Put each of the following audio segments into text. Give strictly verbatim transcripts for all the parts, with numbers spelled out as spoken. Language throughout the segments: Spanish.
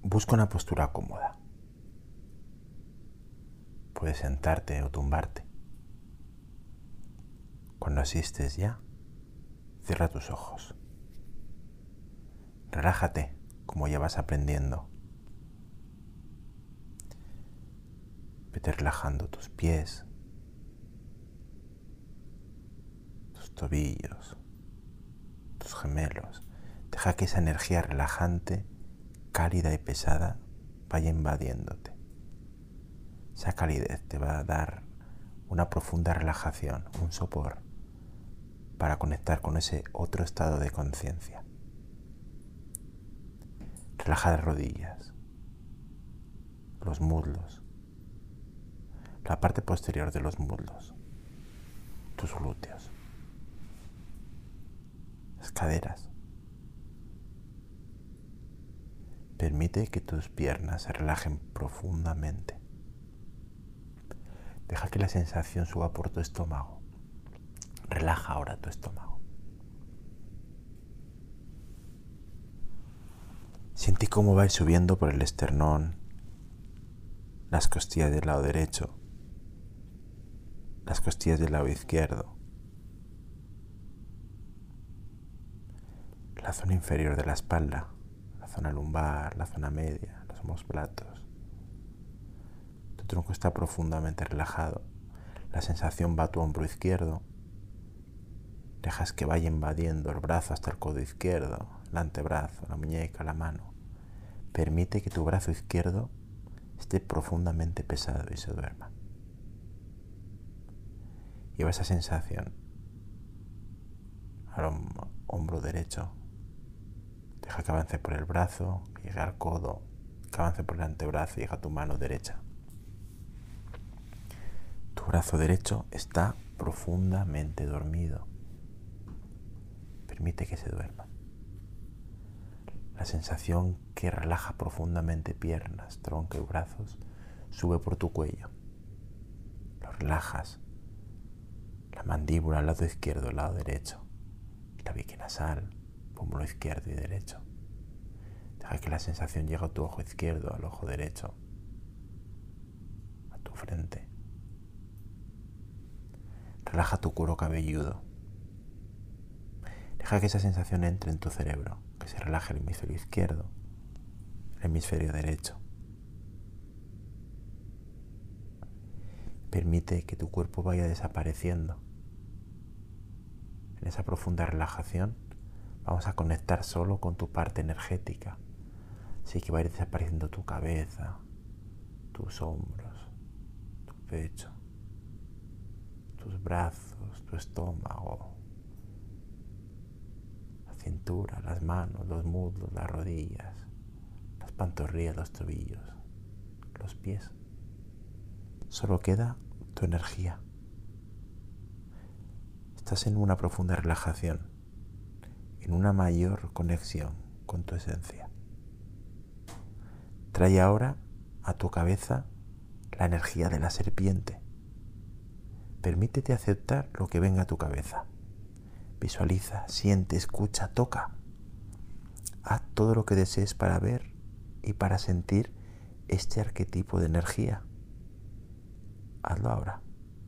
Busca una postura cómoda. Puedes sentarte o tumbarte. Cuando asistes ya, cierra tus ojos. Relájate como ya vas aprendiendo. Vete relajando tus pies, tus tobillos, tus gemelos. Deja que esa energía relajante, cálida y pesada vaya invadiéndote. Esa calidez te va a dar una profunda relajación, un sopor para conectar con ese otro estado de conciencia. Relaja las rodillas, los muslos, la parte posterior de los muslos, tus glúteos, las caderas. Permite que tus piernas se relajen profundamente. Deja que la sensación suba por tu estómago. Relaja ahora tu estómago. Siente cómo va subiendo por el esternón, las costillas del lado derecho, las costillas del lado izquierdo, la zona inferior de la espalda, la zona lumbar, la zona media, los omóplatos. Tu tronco está profundamente relajado. La sensación va a tu hombro izquierdo. Dejas que vaya invadiendo el brazo hasta el codo izquierdo, el antebrazo, la muñeca, la mano. Permite que tu brazo izquierdo esté profundamente pesado y se duerma. Lleva esa sensación al hombro derecho. Deja que avance por el brazo, que llegue al codo, que avance por el antebrazo y llegue a tu mano derecha. Tu brazo derecho está profundamente dormido. Permite que se duerma. La sensación que relaja profundamente piernas, tronco y brazos sube por tu cuello. Lo relajas. La mandíbula al lado izquierdo, al lado derecho. La biquinasal, pómulo izquierdo y derecho. Deja que la sensación llegue a tu ojo izquierdo, al ojo derecho, a tu frente. Relaja tu cuero cabelludo. Deja que esa sensación entre en tu cerebro, que se relaje el hemisferio izquierdo, el hemisferio derecho. Permite que tu cuerpo vaya desapareciendo. En esa profunda relajación vamos a conectar solo con tu parte energética. Así que va a ir desapareciendo tu cabeza, tus hombros, tu pecho, tus brazos, tu estómago, la cintura, las manos, los muslos, las rodillas, las pantorrillas, los tobillos, los pies. Solo queda tu energía. Estás en una profunda relajación, en una mayor conexión con tu esencia. Trae ahora a tu cabeza la energía de la serpiente. Permítete aceptar lo que venga a tu cabeza. Visualiza, siente, escucha, toca. Haz todo lo que desees para ver y para sentir este arquetipo de energía. Hazlo ahora.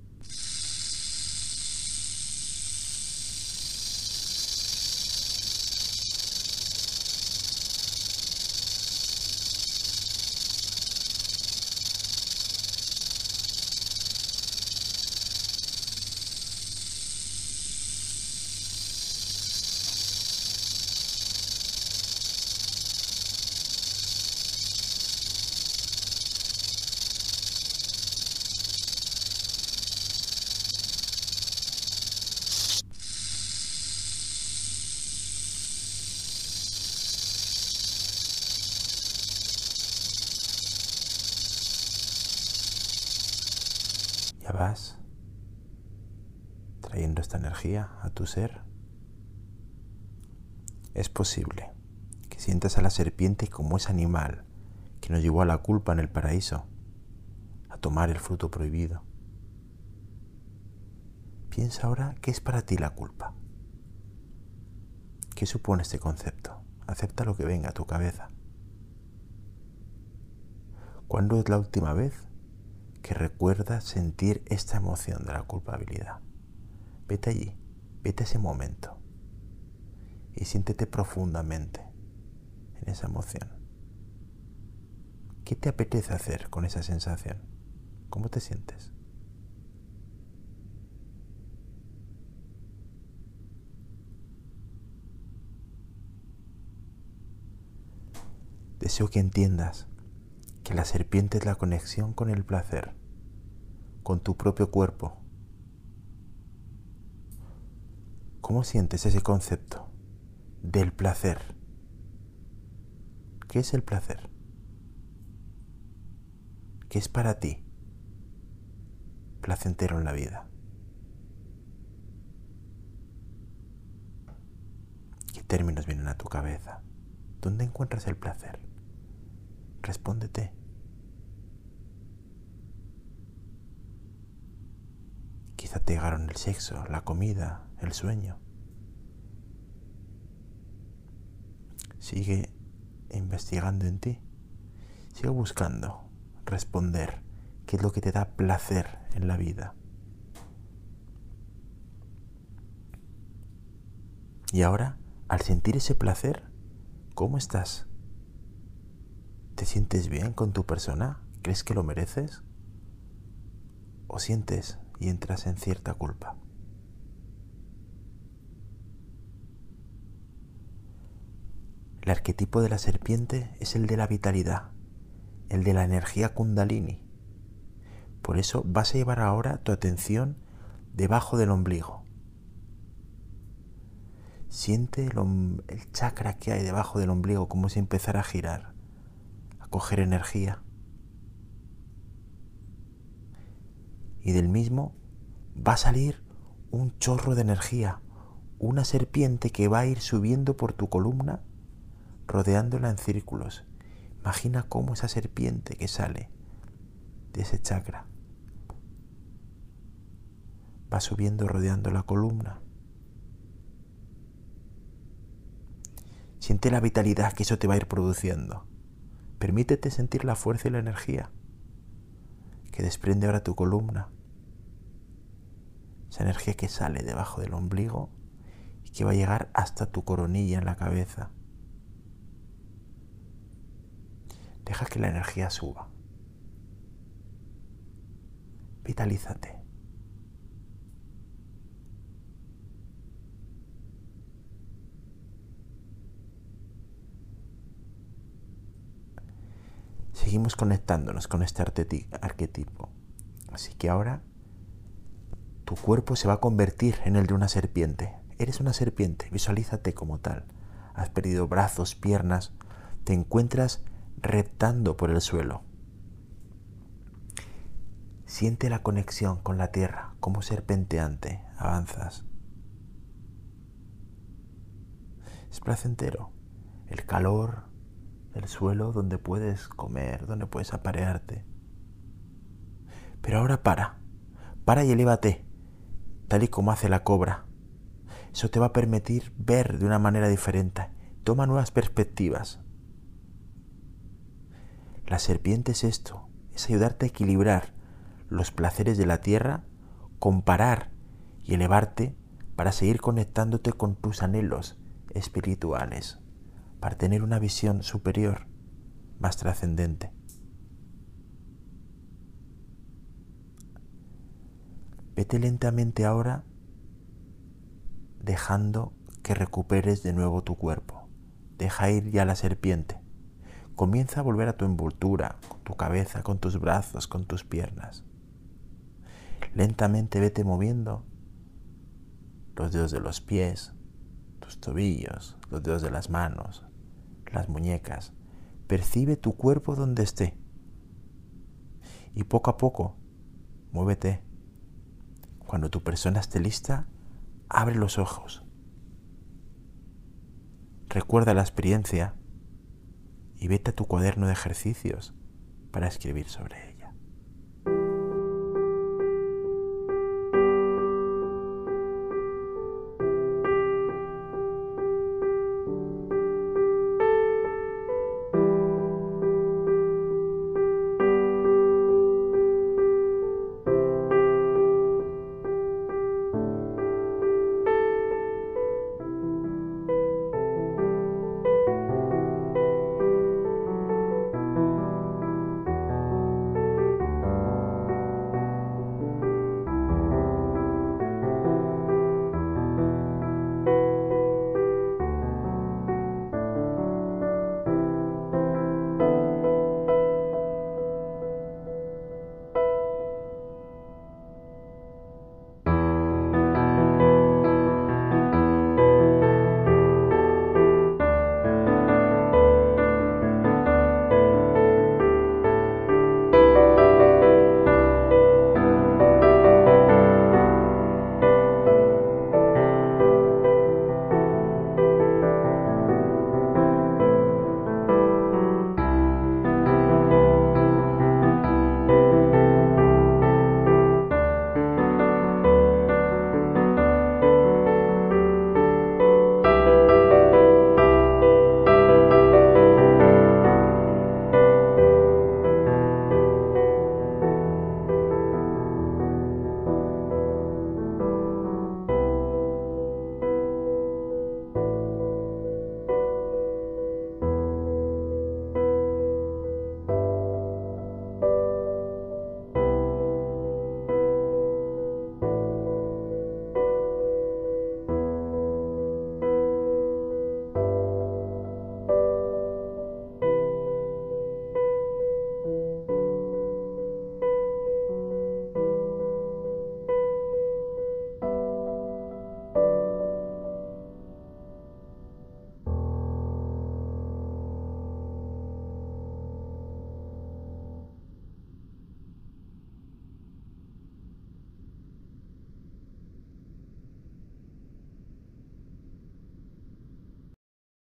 Ya vas trayendo esta energía a tu ser. Es posible que sientas a la serpiente como ese animal que nos llevó a la culpa en el paraíso, a tomar el fruto prohibido. Piensa ahora qué es para ti la culpa. ¿Qué supone este concepto? Acepta lo que venga a tu cabeza. ¿Cuándo es la última vez que recuerdas sentir esta emoción de la culpabilidad? Vete allí, vete a ese momento y siéntete profundamente en esa emoción. ¿Qué te apetece hacer con esa sensación? ¿Cómo te sientes? Deseo que entiendas que la serpiente es la conexión con el placer, con tu propio cuerpo. ¿Cómo sientes ese concepto del placer? ¿Qué es el placer? ¿Qué es para ti placentero en la vida? ¿Qué términos vienen a tu cabeza? ¿Dónde encuentras el placer? Respóndete. Quizá te llegaron el sexo, la comida, el sueño. Sigue investigando en ti. Sigue buscando responder qué es lo que te da placer en la vida. Y ahora, al sentir ese placer, ¿cómo estás? ¿Te sientes bien con tu persona? ¿Crees que lo mereces? ¿O sientes y entras en cierta culpa? El arquetipo de la serpiente es el de la vitalidad, el de la energía kundalini. Por eso vas a llevar ahora tu atención debajo del ombligo. Siente el, el chakra que hay debajo del ombligo, como si empezara a girar, a coger energía. Y del mismo va a salir un chorro de energía, una serpiente que va a ir subiendo por tu columna, rodeándola en círculos. Imagina cómo esa serpiente que sale de ese chakra va subiendo rodeando la columna. Siente la vitalidad que eso te va a ir produciendo. Permítete sentir la fuerza y la energía que desprende ahora tu columna. Esa energía que sale debajo del ombligo y que va a llegar hasta tu coronilla en la cabeza. Deja que la energía suba. Vitalízate. Seguimos conectándonos con este arquetipo. Así que ahora tu cuerpo se va a convertir en el de una serpiente. Eres una serpiente, visualízate como tal. Has perdido brazos, piernas, te encuentras reptando por el suelo. Siente la conexión con la tierra, como serpenteante avanzas. Es placentero el calor del suelo donde puedes comer, donde puedes aparearte. Pero ahora para, para y elévate, tal y como hace la cobra. Eso te va a permitir ver de una manera diferente. Toma nuevas perspectivas. La serpiente es esto, es ayudarte a equilibrar los placeres de la tierra, comparar y elevarte para seguir conectándote con tus anhelos espirituales, para tener una visión superior, más trascendente. Vete lentamente ahora dejando que recuperes de nuevo tu cuerpo. Deja ir ya la serpiente. Comienza a volver a tu envoltura, con tu cabeza, con tus brazos, con tus piernas. Lentamente vete moviendo los dedos de los pies, tus tobillos, los dedos de las manos, las muñecas. Percibe tu cuerpo donde esté. Y poco a poco, muévete. Cuando tu persona esté lista, abre los ojos. Recuerda la experiencia y vete a tu cuaderno de ejercicios para escribir sobre ello.